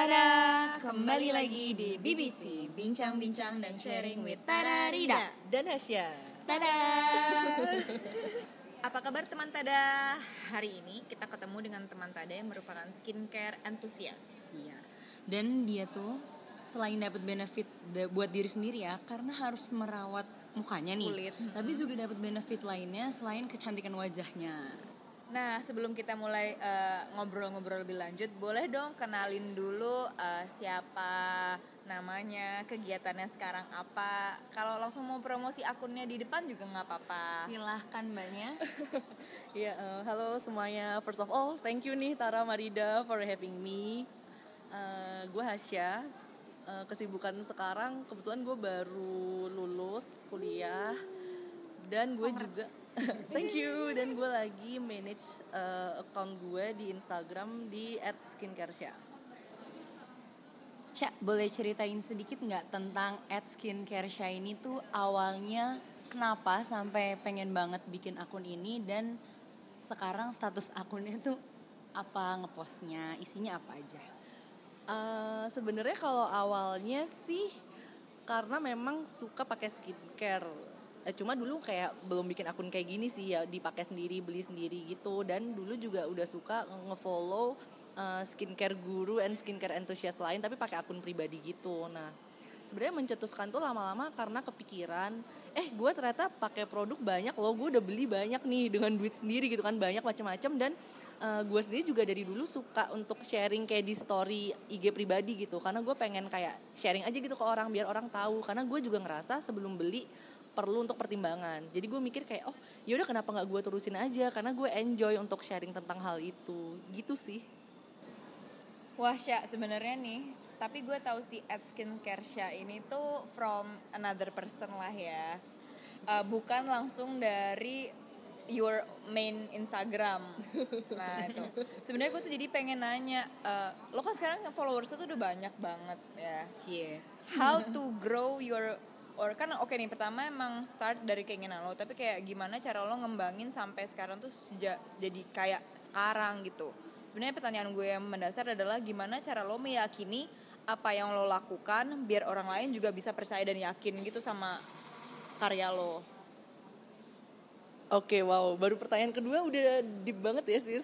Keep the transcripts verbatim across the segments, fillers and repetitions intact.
Tada, kembali lagi di B B C, bincang-bincang dan sharing with Tada Rida dan Hasya. Tada. Apa kabar teman Tada? Hari ini kita ketemu dengan teman Tada yang merupakan skincare enthusiast. Iya. Dan dia tuh selain dapat benefit buat diri sendiri ya, karena harus merawat mukanya nih, kulit, tapi juga dapat benefit lainnya selain kecantikan wajahnya. Nah, sebelum kita mulai uh, ngobrol-ngobrol lebih lanjut, boleh dong kenalin dulu uh, siapa namanya, kegiatannya sekarang apa. Kalau langsung mau promosi akunnya di depan juga nggak apa-apa. Silahkan mbaknya. Ya, yeah, uh, halo semuanya. First of all, thank you nih Tara Marida for having me. Uh, gue Hasya. Uh, kesibukan sekarang, kebetulan gue baru lulus kuliah dan gue juga thank you, dan gue lagi manage uh, account gue di Instagram di at skincaresya. Sya, boleh ceritain sedikit nggak tentang at skincaresya ini tuh awalnya kenapa sampai pengen banget bikin akun ini, dan sekarang status akunnya tuh apa, ngepostnya isinya apa aja? Uh, sebenarnya kalau awalnya sih karena memang suka pakai skincare. Eh, cuma dulu kayak belum bikin akun kayak gini sih, ya dipakai sendiri, beli sendiri gitu. Dan dulu juga udah suka nge-follow uh, skincare guru and skincare enthusiast lain, tapi pakai akun pribadi gitu. Nah, sebenarnya mencetuskan tuh lama-lama karena kepikiran, eh gue ternyata pakai produk banyak loh, gue udah beli banyak nih dengan duit sendiri gitu kan, banyak macam-macam. Dan uh, gue sendiri juga dari dulu suka untuk sharing kayak di story I G pribadi gitu, karena gue pengen kayak sharing aja gitu ke orang biar orang tahu. Karena gue juga ngerasa sebelum beli perlu untuk pertimbangan. Jadi gue mikir kayak, oh yaudah kenapa nggak gue terusin aja, karena gue enjoy untuk sharing tentang hal itu gitu sih. Wah Sya, sebenarnya nih, tapi gue tahu si at skincaresya ini tuh from another person lah ya, uh, bukan langsung dari your main Instagram. Nah itu sebenarnya gue tuh jadi pengen nanya, uh, lo kan sekarang followersnya tuh udah banyak banget ya. Yeah. How to grow your, or kan oke okay nih, pertama emang start dari keinginan lo, tapi kayak gimana cara lo ngembangin sampai sekarang tuh sejak jadi kayak sekarang gitu. Sebenarnya pertanyaan gue yang mendasar adalah gimana cara lo meyakini apa yang lo lakukan biar orang lain juga bisa percaya dan yakin gitu sama karya lo. Oke, okay, wow, baru pertanyaan kedua udah deep banget ya sis.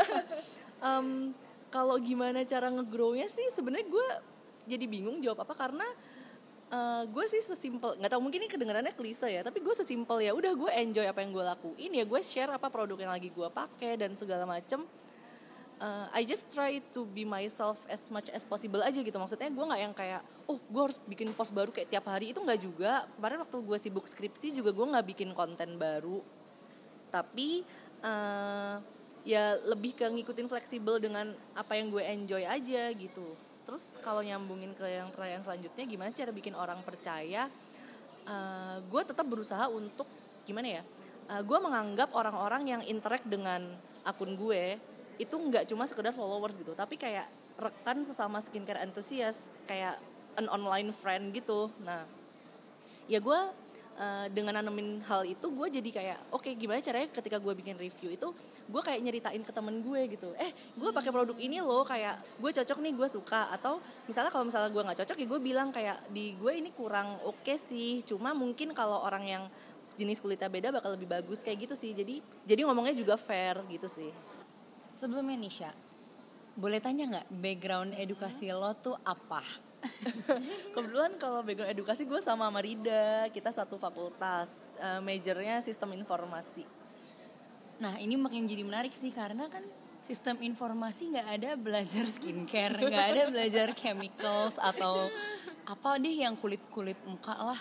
um, Kalau gimana cara nge-grow-nya sih sebenarnya gue jadi bingung jawab apa, karena uh, gue sih sesimpel, nggak tahu mungkin ini kedengarannya klise ya, tapi gue sesimpel ya udah gue enjoy apa yang gue lakuin, ya gue share apa produk yang lagi gue pakai dan segala macem. Uh, I just try to be myself as much as possible aja gitu. Maksudnya gue gak yang kayak, oh gue harus bikin post baru kayak tiap hari, itu gak juga. Kemarin waktu gue sibuk skripsi juga gue gak bikin konten baru. Tapi uh, ya lebih ke ngikutin fleksibel dengan apa yang gue enjoy aja gitu. Terus kalau nyambungin ke yang pertanyaan selanjutnya, gimana sih cara bikin orang percaya, uh, gue tetap berusaha untuk, gimana ya, uh, gue menganggap orang-orang yang interact dengan akun gue itu nggak cuma sekedar followers gitu, tapi kayak rekan sesama skincare enthusiast, kayak an online friend gitu. Nah, ya gue uh, dengan nanemin hal itu, gue jadi kayak oke okay, gimana caranya ketika gue bikin review itu gue kayak nyeritain ke temen gue gitu, eh gue pakai produk ini loh, kayak gue cocok nih, gue suka. Atau misalnya kalau misalnya gue nggak cocok ya gue bilang kayak di gue ini kurang oke okay sih, cuma mungkin kalau orang yang jenis kulitnya beda bakal lebih bagus, kayak gitu sih. Jadi jadi ngomongnya juga fair gitu sih. Sebelumnya Nisha, boleh tanya nggak background edukasi lo tuh apa? Kebetulan kalau background edukasi gue sama Marida, kita satu fakultas, uh, majornya sistem informasi. Nah ini makin jadi menarik sih, karena kan sistem informasi nggak ada belajar skincare, nggak ada belajar chemicals atau apa deh yang kulit-kulit muka lah.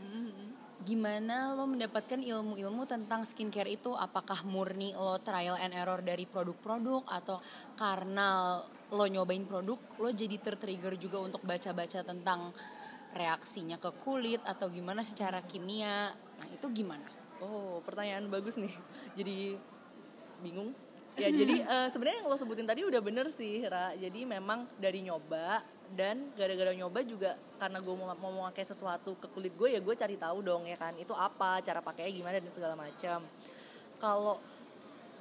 Gimana lo mendapatkan ilmu-ilmu tentang skincare itu? Apakah murni lo trial and error dari produk-produk, atau karena lo nyobain produk lo jadi tertrigger juga untuk baca-baca tentang reaksinya ke kulit atau gimana secara kimia? Nah itu gimana? Oh, pertanyaan bagus nih. Jadi bingung. Ya jadi uh, sebenarnya yang lo sebutin tadi udah bener sih, Ra. Jadi memang dari nyoba, dan gara-gara nyoba juga karena gue mau mau pakai sesuatu ke kulit gue, ya gue cari tahu dong ya kan itu apa, cara pakainya gimana dan segala macam. Kalau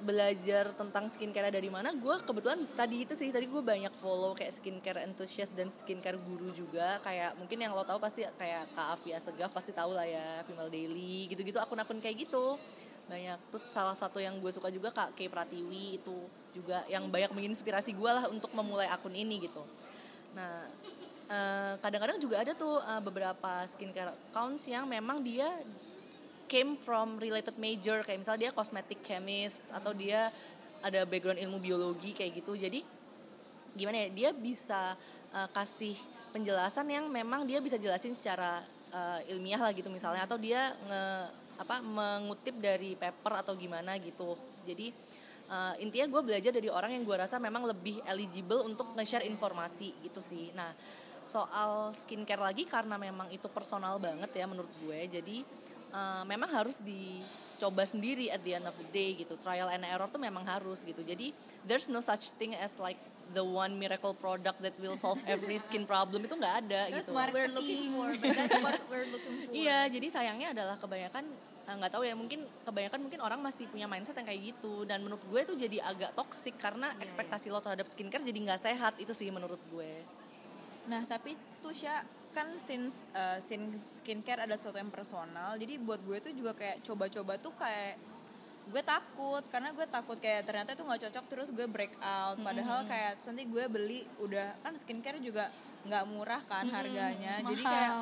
belajar tentang skincare dari mana, gue kebetulan tadi itu sih tadi gue banyak follow kayak skincare enthusiast dan skincare guru juga, kayak mungkin yang lo tahu pasti kayak Kak Afia Segaf pasti tahu lah ya, Female Daily gitu-gitu, akun-akun kayak gitu banyak. Terus salah satu yang gue suka juga Kak Kay Pratiwi, itu juga yang banyak menginspirasi gue lah untuk memulai akun ini gitu. Nah uh, kadang-kadang juga ada tuh uh, beberapa skincare accounts yang memang dia came from related major, kayak misalnya dia cosmetic chemist atau dia ada background ilmu biologi kayak gitu. Jadi gimana ya, dia bisa uh, kasih penjelasan yang memang dia bisa jelasin secara uh, ilmiah lah gitu misalnya, atau dia nge apa mengutip dari paper atau gimana gitu. Jadi uh, intinya gue belajar dari orang yang gue rasa memang lebih eligible untuk nge-share informasi gitu sih. Nah soal skincare lagi, karena memang itu personal banget ya menurut gue, jadi Uh, memang harus dicoba sendiri at the end of the day gitu. Trial and error tuh memang harus gitu. Jadi there's no such thing as like the one miracle product that will solve every skin problem, itu nggak ada. That's gitu. What we're looking for, but that's what we're looking for. Iya, jadi sayangnya adalah kebanyakan nggak uh, tahu ya, mungkin kebanyakan mungkin orang masih punya mindset yang kayak gitu, dan menurut gue itu jadi agak toxic karena yeah, ekspektasi yeah. lo terhadap skincare jadi nggak sehat, itu sih menurut gue. Nah tapi tuh Sya, kan since uh, skincare ada sesuatu yang personal, jadi buat gue tuh juga kayak coba-coba tuh kayak gue takut, karena gue takut kayak ternyata itu nggak cocok terus gue break out. Padahal mm-hmm. kayak nanti gue beli udah, kan skincare juga nggak murah kan mm-hmm. harganya, mahal. Jadi kayak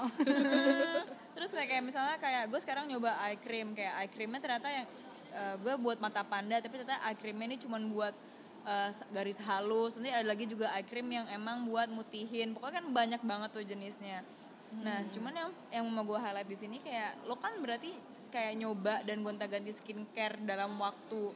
terus kayak misalnya kayak gue sekarang nyoba eye cream, kayak eye creamnya ternyata yang uh, gue buat mata panda, tapi ternyata eye creamnya ini cuma buat Uh, garis halus. Nanti ada lagi juga eye cream yang emang buat mutihin. Pokoknya kan banyak banget tuh jenisnya. Hmm. Nah, cuman yang yang mau gue highlight di sini kayak lo kan berarti kayak nyoba dan gonta-ganti skincare dalam waktu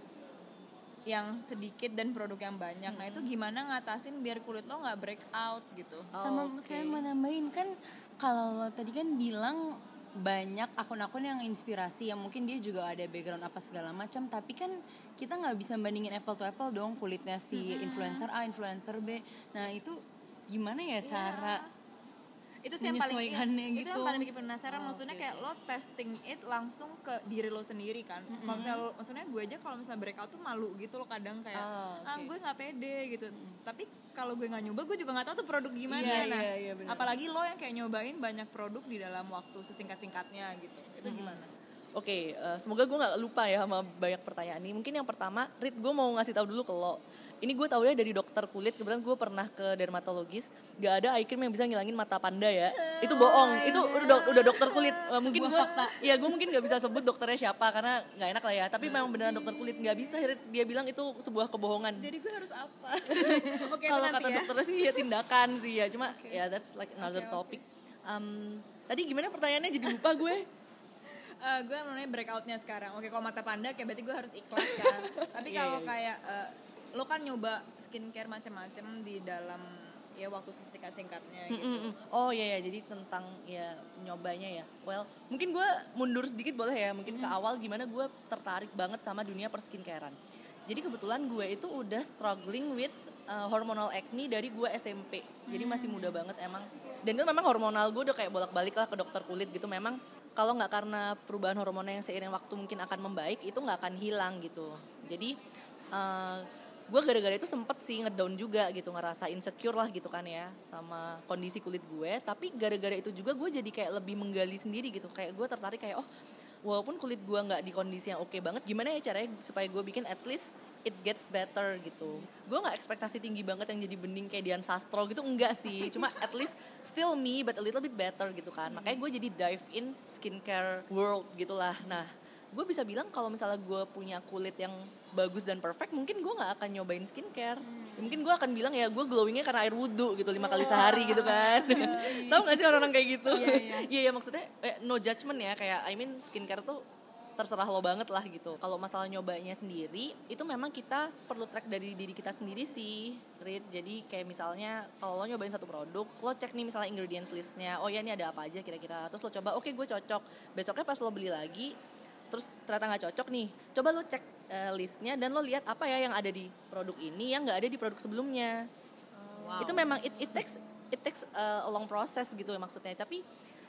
yang sedikit dan produk yang banyak. Hmm. Nah, itu gimana ngatasin biar kulit lo nggak break out gitu? Sama oh, sekalian okay. mau nambahin kan, kalau lo tadi kan bilang banyak akun-akun yang inspirasi yang mungkin dia juga ada background apa segala macam, tapi kan kita nggak bisa bandingin apple to apple dong kulitnya si mm-hmm. influencer A, influencer B. Nah itu gimana ya cara yeah. itu sih yang paling gitu. Itu yang paling bikin penasaran. Oh, maksudnya okay. kayak lo testing it langsung ke diri lo sendiri kan. Mm-hmm. Kalau misalnya lo, maksudnya gue aja kalau misalnya breakout tuh malu gitu lo kadang kayak oh, okay. ah gue nggak pede gitu. Mm-hmm. Tapi kalau gue nggak nyoba, gue juga nggak tahu tuh produk gimana. Yeah, nah, yeah, yeah, apalagi lo yang kayak nyobain banyak produk di dalam waktu sesingkat-singkatnya gitu. Itu mm-hmm. gimana? Oke, okay, uh, semoga gue nggak lupa ya sama banyak pertanyaan ini. Mungkin yang pertama, Rit, gue mau ngasih tahu dulu ke lo. Ini gue tahu ya dari dokter kulit. Kebetulan gue pernah ke dermatologis. Gak ada eye cream yang bisa ngilangin mata panda ya. Itu bohong. Itu udah udah dokter kulit. Uh, mungkin gue, ya gue mungkin nggak bisa sebut dokternya siapa karena nggak enak lah ya. Tapi memang beneran dokter kulit, nggak bisa. Dia bilang itu sebuah kebohongan. Jadi gue harus apa? Okay, kalau kata ya. Dokternya sih ya tindakan sih ya. Cuma okay. ya that's like another okay, topic. Okay. Um, tadi gimana pertanyaannya? Jadi lupa gue. Uh, gue namanya breakoutnya sekarang. Oke, kalau mata panda kayak berarti gue harus ikhlas kan. Tapi kalau yeah, yeah. kayak uh, lo kan nyoba skincare macam-macam di dalam ya waktu singkat-singkatnya gitu. Mm-mm. Oh iya ya, jadi tentang ya nyobanya ya. Well, mungkin gue mundur sedikit boleh ya. Mungkin mm-hmm. ke awal gimana gue tertarik banget sama dunia perskincarean. Jadi kebetulan gue itu udah struggling with uh, hormonal acne dari gue S M P. Jadi masih muda banget emang. Dan itu memang hormonal gue udah kayak bolak-balik lah ke dokter kulit gitu. Memang kalau nggak karena perubahan hormonal yang seiring waktu mungkin akan membaik, itu nggak akan hilang gitu. Jadi uh, gue gara-gara itu sempet sih ngedown juga gitu, ngerasa insecure lah gitu kan ya sama kondisi kulit gue. Tapi gara-gara itu juga gue jadi kayak lebih menggali sendiri gitu. Kayak gue tertarik kayak oh walaupun kulit gue nggak di kondisi yang oke banget, gimana ya caranya supaya gue bikin at least it gets better gitu. Gue nggak ekspektasi tinggi banget yang jadi bening kayak Dian Sastro gitu, enggak sih. Cuma at least still me but a little bit better gitu kan. Makanya gue jadi dive in skincare world gitulah. Nah gue bisa bilang kalau misalnya gue punya kulit yang bagus dan perfect, mungkin gue nggak akan nyobain skincare. Ya, mungkin gue akan bilang ya gue glowingnya karena air wudhu gitu lima kali sehari gitu kan. Tahu nggak sih orang-orang kayak gitu? Iya yeah, yeah. yeah, maksudnya eh, no judgment ya, kayak I mean skincare tuh terserah lo banget lah gitu. Kalau masalah nyobanya sendiri, itu memang kita perlu track dari diri kita sendiri sih, Rit. Jadi kayak misalnya kalau lo nyobain satu produk, lo cek nih misalnya ingredients listnya. Oh ya ini ada apa aja kira-kira. Terus lo coba, oke okay, gue cocok. Besoknya pas lo beli lagi, terus ternyata nggak cocok nih. Coba lo cek uh, listnya dan lo lihat apa ya yang ada di produk ini yang nggak ada di produk sebelumnya. Wow. Itu memang it, it takes it takes uh, a long process gitu maksudnya. Tapi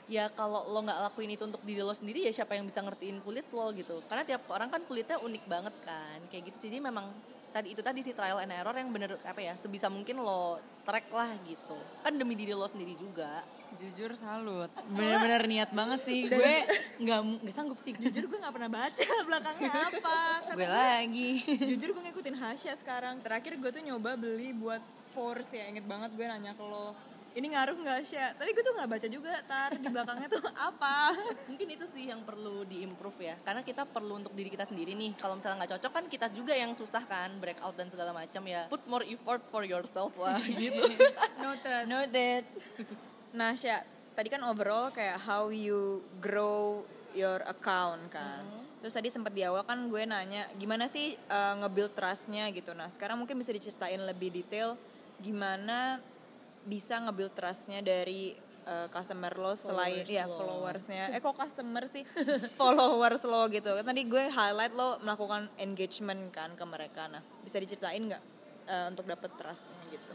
ya kalau lo nggak lakuin itu untuk diri lo sendiri, ya siapa yang bisa ngertiin kulit lo gitu. Karena tiap orang kan kulitnya unik banget kan, kayak gitu. Jadi memang tadi itu tadi sih trial and error yang bener apa ya, sebisa mungkin lo track lah gitu. Kan demi diri lo sendiri juga. Jujur salut, bener-bener niat banget sih. Gue nggak nggak sanggup sih. Jujur gue nggak pernah baca belakangnya apa. Gue lagi. Jujur gue ngikutin Hasya sekarang. Terakhir gue tuh nyoba beli buat pores ya, inget banget gue nanya ke lo, ini ngaruh nggak Hasya? Tapi gue tuh nggak baca juga tar di belakangnya tuh apa. Mungkin itu sih yang perlu diimprove ya, karena kita perlu untuk diri kita sendiri nih. Kalau misalnya nggak cocok kan kita juga yang susah kan, breakout dan segala macam ya. Put more effort for yourself lah gitu. Noted. Noted. Nah Sya, tadi kan overall kayak how you grow your account kan. Mm-hmm. Terus tadi sempat di awal kan gue nanya gimana sih uh, nge-build trust-nya gitu. Nah sekarang mungkin bisa diceritain lebih detail gimana bisa nge-build trust-nya dari uh, customer lo selain followers ya lo. followersnya. Eh kok customer sih? Followers lo gitu. Tadi gue highlight lo melakukan engagement kan ke mereka. Nah bisa diceritain nggak uh, untuk dapet trust-nya gitu?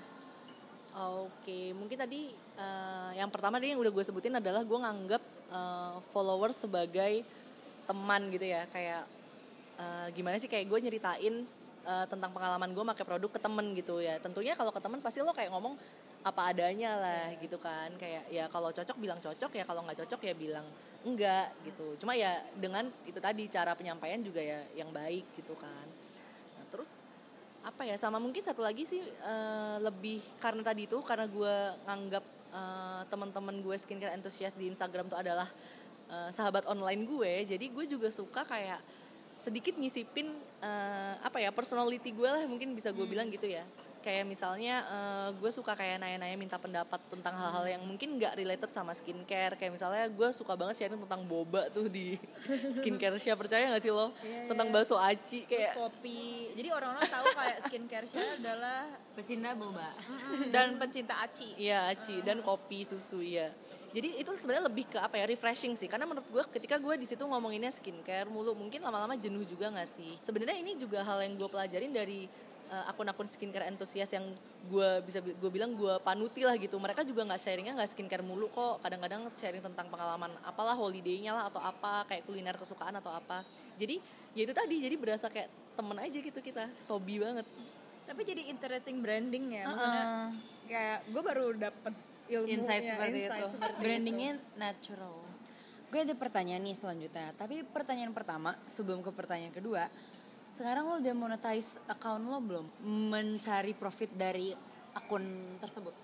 Oke, mungkin tadi uh, yang pertama tadi yang udah gue sebutin adalah gue nganggap uh, followers sebagai teman gitu ya. Kayak uh, gimana sih, kayak gue nyeritain uh, tentang pengalaman gue pakai produk ke temen gitu ya. Tentunya kalau ke temen pasti lo kayak ngomong apa adanya lah gitu kan. Kayak ya kalau cocok bilang cocok, ya kalau nggak cocok ya bilang enggak gitu. Cuma ya dengan itu tadi cara penyampaian juga ya yang baik gitu kan. Nah terus apa ya, sama mungkin satu lagi sih uh, lebih karena tadi itu karena gue nganggap uh, teman-teman gue skincare enthusiast di Instagram tuh adalah uh, sahabat online gue. Jadi gue juga suka kayak sedikit nyisipin uh, apa ya personality gue lah, mungkin bisa gue hmm. bilang gitu ya. Kayak misalnya uh, gue suka kayak nanya-nanya minta pendapat tentang hal-hal yang mungkin gak related sama skincare. Kayak misalnya gue suka banget sharing tentang boba tuh di skincare Shia, percaya gak sih lo? Yeah, tentang bakso aci kayak terus kopi. Jadi orang-orang tahu kayak skincare Shia adalah pecinta boba dan pencinta aci. Iya aci dan kopi susu ya. Jadi itu sebenarnya lebih ke apa ya, refreshing sih. Karena menurut gue ketika gue di situ ngomonginnya skincare mulu, mungkin lama-lama jenuh juga gak sih? Sebenarnya ini juga hal yang gue pelajarin dari Uh, akun-akun skincare enthusiast yang gue bisa gue bilang gue panuti lah gitu. Mereka juga nggak sharingnya nggak skincare mulu kok, kadang-kadang sharing tentang pengalaman apalah holiday-nya lah atau apa, kayak kuliner kesukaan atau apa. Jadi ya itu tadi, jadi berasa kayak temen aja gitu, kita sobi banget. Tapi jadi interesting branding ya, maksudnya uh-uh. kayak gue baru dapet ilmu insight ya, seperti insight itu seperti brandingnya itu. Natural. Gue ada pertanyaan nih selanjutnya, tapi pertanyaan pertama sebelum ke pertanyaan kedua, sekarang lo udah monetize account lo belum? Mencari profit dari akun tersebut?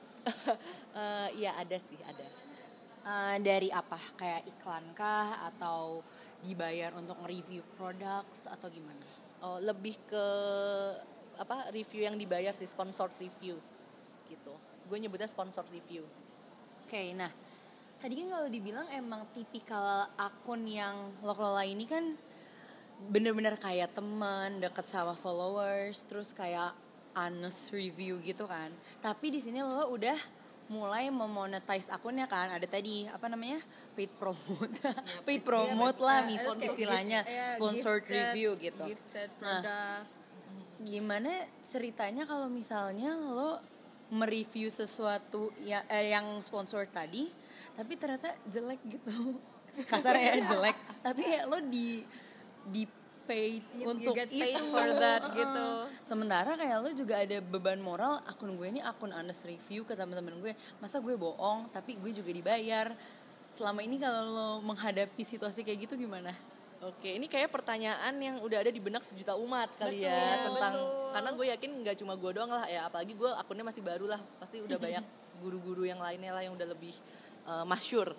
uh, ya ada sih, ada. Uh, dari apa? Kayak iklan kah? Atau dibayar untuk nge-review products atau gimana? Oh, lebih ke apa, review yang dibayar sih, sponsored review gitu. Gue nyebutnya sponsored review. Oke, okay, nah tadi kan kalau dibilang emang tipikal akun yang lo kelola ini kan bener-bener kayak teman, deket sama followers, terus kayak honest review gitu kan. Tapi di sini lo udah mulai memonetize akunnya kan. Ada tadi apa namanya, paid promote, ya, paid promote ya, lah, misal istilahnya ya, sponsored gifted, review gitu. Nah, gimana ceritanya kalau misalnya lo mereview sesuatu ya, eh, yang sponsor tadi, tapi ternyata jelek gitu, kasarnya ya jelek, tapi ya lo di di paid you, untuk you get paid itu for that gitu. Sementara kayak lo juga ada beban moral, akun gue ini akun honest review ke teman-teman gue, masa gue bohong tapi gue juga dibayar. Selama ini kalau lo menghadapi situasi kayak gitu gimana? Oke, ini kayak pertanyaan yang udah ada di benak sejuta umat kali betul, ya tentang betul. Karena gue yakin nggak cuma gue doang lah ya, apalagi gue akunnya masih baru lah, pasti udah banyak guru-guru yang lainnya lah yang udah lebih uh, masyhur.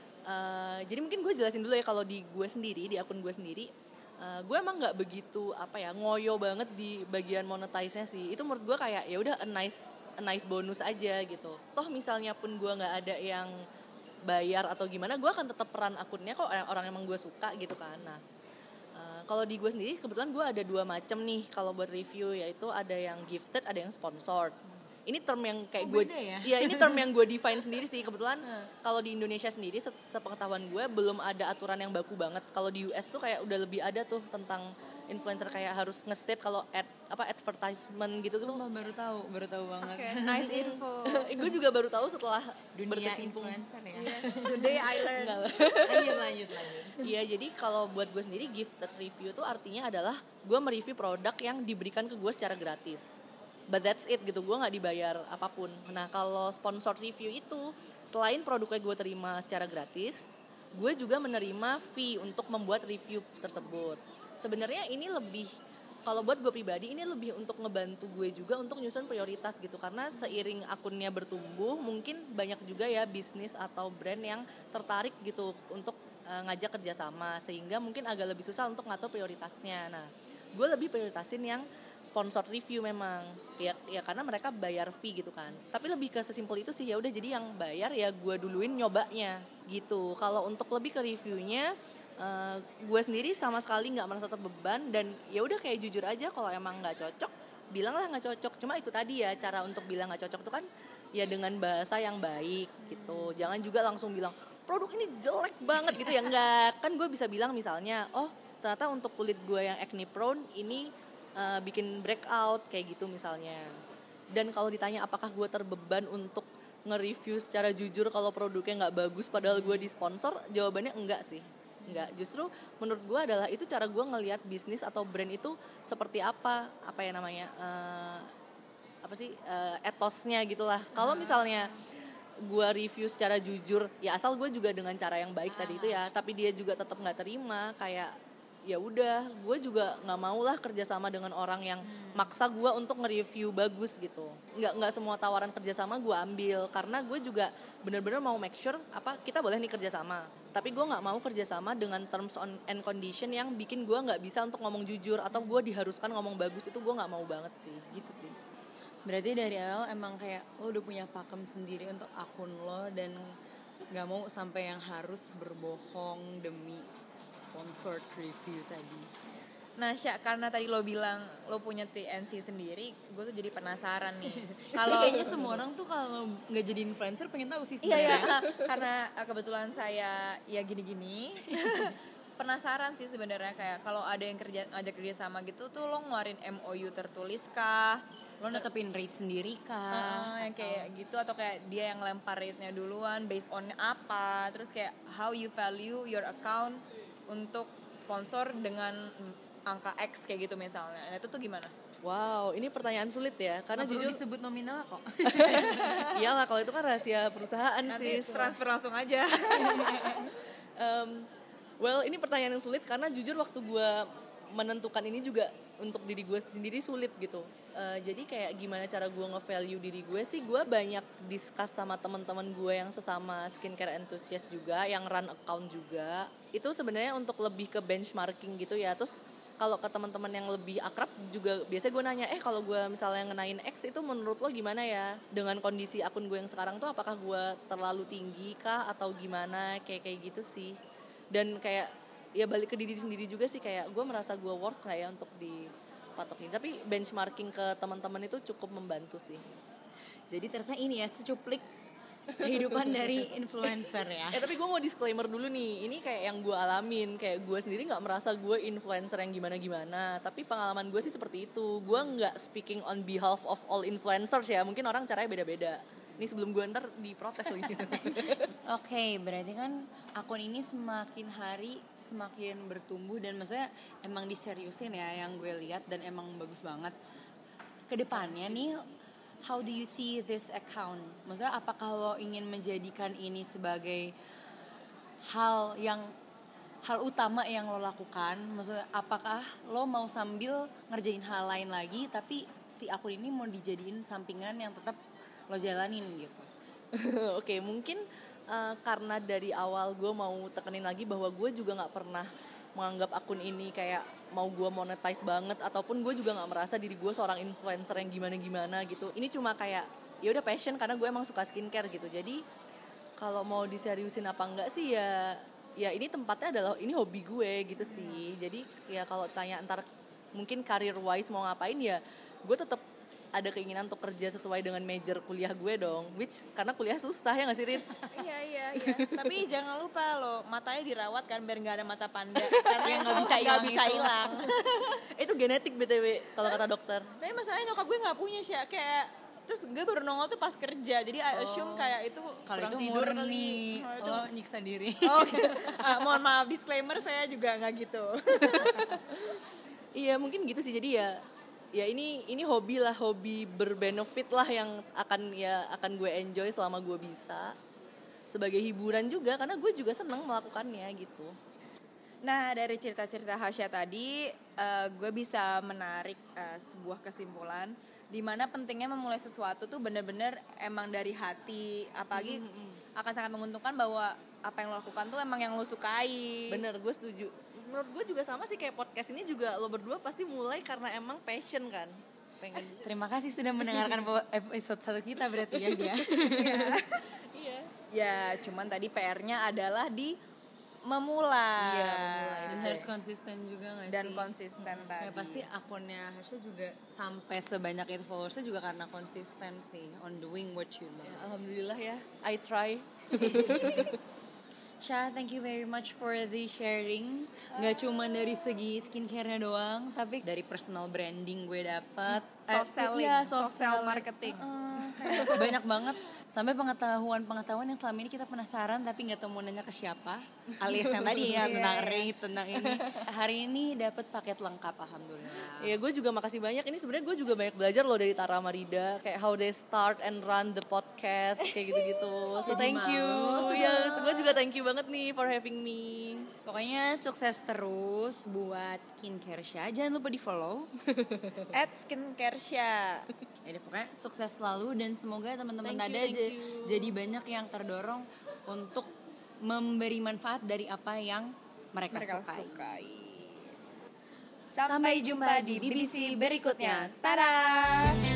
Uh, jadi mungkin gue jelasin dulu ya, kalau di gue sendiri, di akun gue sendiri, uh, gue emang nggak begitu apa ya, ngoyo banget di bagian monetize-nya sih. Itu menurut gue kayak ya udah a nice a nice bonus aja gitu. Toh misalnya pun gue nggak ada yang bayar atau gimana, gue akan tetap peran akunnya kok, orang emang gue suka gitu kan. Nah uh, kalau di gue sendiri kebetulan gue ada dua macam nih kalau buat review, yaitu ada yang gifted, ada yang sponsored. ini term yang kayak Oh, gue beda ya? ya ini term yang gue define sendiri sih kebetulan. Kalau di Indonesia sendiri se- sepengetahuan gue belum ada aturan yang baku banget. Kalau di U S tuh kayak udah lebih ada tuh tentang influencer kayak harus nge-state kalau ad apa advertisement gitu gitu. Sumpah baru tahu, baru tahu banget. Oke, nice info. Gue juga baru tahu setelah Dunia berkecimpung. influencer ya. Today I learned. lanjut lanjut lanjut. Iya, jadi kalau buat gue sendiri gifted review tuh artinya adalah gue mereview produk yang diberikan ke gue secara gratis. But that's it gitu, gue nggak dibayar apapun. Nah kalau sponsor review itu selain produknya gue terima secara gratis, gue juga menerima fee untuk membuat review tersebut. Sebenarnya ini lebih, kalau buat gue pribadi ini lebih untuk ngebantu gue juga untuk nyusun prioritas gitu, karena seiring akunnya bertumbuh mungkin banyak juga ya bisnis atau brand yang tertarik gitu untuk uh, ngajak kerjasama, sehingga mungkin agak lebih susah untuk ngatur prioritasnya. Nah gue lebih prioritasin yang sponsor review memang ya, ya karena mereka bayar fee gitu kan, tapi lebih ke sesimpel itu sih, ya udah jadi yang bayar ya gue duluin nyobanya gitu. Kalau untuk lebih ke reviewnya Uh, gue sendiri sama sekali nggak merasa terbeban, dan ya udah kayak jujur aja kalau emang nggak cocok bilanglah nggak cocok. Cuma itu tadi ya, cara untuk bilang nggak cocok tuh kan ya dengan bahasa yang baik gitu. Jangan juga langsung bilang produk ini jelek banget gitu ya, nggak. Kan gue bisa bilang misalnya, oh ternyata untuk kulit gue yang acne prone ini uh, bikin breakout kayak gitu misalnya. Dan kalau ditanya apakah gue terbeban untuk nge-review secara jujur kalau produknya nggak bagus padahal gue disponsor, jawabannya enggak sih. Enggak, justru menurut gue adalah itu cara gue ngelihat bisnis atau brand itu seperti apa, apa ya namanya, uh, apa sih, uh, etosnya gitulah. Kalau misalnya gue review secara jujur, ya asal gue juga dengan cara yang baik tadi itu ya, tapi dia juga tetap nggak terima, kayak ya udah, gue juga nggak mau lah kerjasama dengan orang yang maksa gue untuk nge-review bagus gitu. Nggak nggak semua tawaran kerjasama gue ambil, karena gue juga benar-benar mau make sure apa kita boleh nih kerjasama, tapi gue nggak mau kerjasama dengan terms on and condition yang bikin gue nggak bisa untuk ngomong jujur atau gue diharuskan ngomong bagus. Itu gue nggak mau banget sih, gitu sih. Berarti dari awal emang kayak lo udah punya pakem sendiri untuk akun lo dan nggak mau sampai yang harus berbohong demi sponsored review tadi. Nah, Sya, karena tadi lo bilang lo punya T N C sendiri, gue tuh jadi penasaran nih. Kalau kayaknya semua orang tuh kalau nggak jadi influencer pengen tahu sih iya ya, sebenarnya. karena kebetulan saya ya gini-gini. Penasaran sih sebenarnya, kayak kalau ada yang kerja ngajak kerja sama gitu tuh lo ngeluarin M O U tertulis kah? Lo netepin rate sendiri kah? Uh, yang kayak gitu, atau kayak dia yang lempar rate-nya duluan based on apa? Terus kayak how you value your account untuk sponsor dengan angka X kayak gitu misalnya. Nah, itu tuh gimana? Wow, ini pertanyaan sulit ya, karena Nggak jujur perlu disebut nominal kok. iyalah kalau itu kan rahasia perusahaan. Nanti sih. transfer langsung aja. um, well, ini pertanyaan yang sulit karena jujur waktu gue menentukan ini juga untuk diri gue sendiri sulit gitu. Uh, jadi kayak gimana cara gue nge-value diri gue sih, gue banyak discuss sama teman-teman gue yang sesama skincare enthusiast juga, yang run account juga. Itu sebenarnya untuk lebih ke benchmarking gitu ya. Terus kalau ke teman-teman yang lebih akrab juga biasanya gue nanya, eh kalau gue misalnya ngenain X itu menurut lo gimana ya dengan kondisi akun gue yang sekarang tuh, apakah gue terlalu tinggi kah atau gimana, kayak kayak gitu sih. Dan kayak ya balik ke diri sendiri juga sih, kayak gue merasa gue worth nggak ya untuk dipatokin. Tapi benchmarking ke teman-teman itu cukup membantu sih. Jadi ternyata ini ya secuplik kehidupan dari influencer ya. Eh tapi gue mau disclaimer dulu nih, ini kayak yang gue alamin, kayak gue sendiri nggak merasa gue influencer yang gimana-gimana, tapi pengalaman gue sih seperti itu. Gue nggak speaking on behalf of all influencers ya, mungkin orang caranya beda-beda. Ini sebelum gue ntar diprotes lagi. Oke, okay, berarti kan akun ini semakin hari semakin bertumbuh dan maksudnya emang diseriusin ya yang gue lihat, dan emang bagus banget. Kedepannya nih, how do you see this account? Maksudnya apakah lo ingin menjadikan ini sebagai hal yang hal utama yang lo lakukan? Maksudnya apakah lo mau sambil ngerjain hal lain lagi, tapi si akun ini mau dijadiin sampingan yang tetap lo jalanin gitu? Oke, okay, mungkin uh, karena dari awal gue mau tekenin lagi bahwa gue juga nggak pernah menganggap akun ini kayak mau gue monetize banget, ataupun gue juga nggak merasa diri gue seorang influencer yang gimana-gimana gitu. Ini cuma kayak ya udah passion karena gue emang suka skincare gitu. Jadi kalau mau diseriusin apa enggak sih ya ya ini tempatnya adalah ini hobi gue gitu sih. Jadi ya kalau tanya antar mungkin career wise mau ngapain, ya gue tetap ada keinginan untuk kerja sesuai dengan major kuliah gue dong, which karena kuliah susah ya nggak sih Rin? Iya iya iya. Tapi jangan lupa loh, matanya dirawat kan biar nggak ada mata panda. Karena Yang nggak itu bisa nggak hilang bisa itu. hilang. Itu genetik B T W kalau kata dokter. Tapi masalahnya nyokap gue nggak punya sih, kayak terus gue baru nongol tuh pas kerja, jadi I assume kayak itu Kalau kurang itu tidur murni kali. Oh, itu- lo nyiksa diri. Oh, oke. Ah, mohon maaf, disclaimer saya juga nggak gitu. Iya mungkin gitu sih, jadi ya ya ini ini hobi lah, hobi berbenefit lah yang akan ya akan gue enjoy selama gue bisa, sebagai hiburan juga karena gue juga seneng melakukannya gitu. Nah, dari cerita-cerita Hasya tadi, uh, gue bisa menarik uh, sebuah kesimpulan di mana pentingnya memulai sesuatu tuh bener-bener emang dari hati, apalagi akan sangat menguntungkan bahwa apa yang lo lakukan tuh emang yang lo sukai. Bener, gue setuju. Menurut gue juga sama sih, kayak podcast ini juga lo berdua pasti mulai karena emang passion kan, pengen. Terima kasih sudah mendengarkan episode satu kita berarti ya dia. Iya. Ya, cuman tadi P R-nya adalah di memulai. Iya, memulai. Dan harus konsisten juga gak sih? Dan konsisten tadi. Ya pasti akunnya Hasya juga sampai sebanyak itu followersnya juga karena konsisten sih on doing what you love. Alhamdulillah ya, I try. Syah, thank you very much for the sharing. Gak cuma dari segi skincare-nya doang, tapi dari personal branding gue dapet. Soft Eh, selling, iya, soft sell selling. marketing. Uh, kayak banyak banget. Sampai pengetahuan-pengetahuan yang selama ini kita penasaran tapi gak tahu mau nanya ke siapa. Alias yang tadi ya, tentang rate, tentang ini. Hari ini dapet paket lengkap, alhamdulillah. Ya gue juga makasih banyak. Ini sebenarnya gue juga banyak belajar loh dari Tara sama Rida, kayak how they start and run the podcast kayak gitu-gitu. So Jadi thank you. mau. Ya, gue juga thank you banget nih for having me. Pokoknya sukses terus buat skincare Syah. Jangan lupa di follow. At Skincare Syah. Ya udah, pokoknya sukses selalu dan semoga teman-teman Thank you, Nada thank j- you. jadi banyak yang terdorong untuk memberi manfaat dari apa yang mereka, Mereka sukai. sukai. Sampai jumpa di B B C berikutnya. Tada!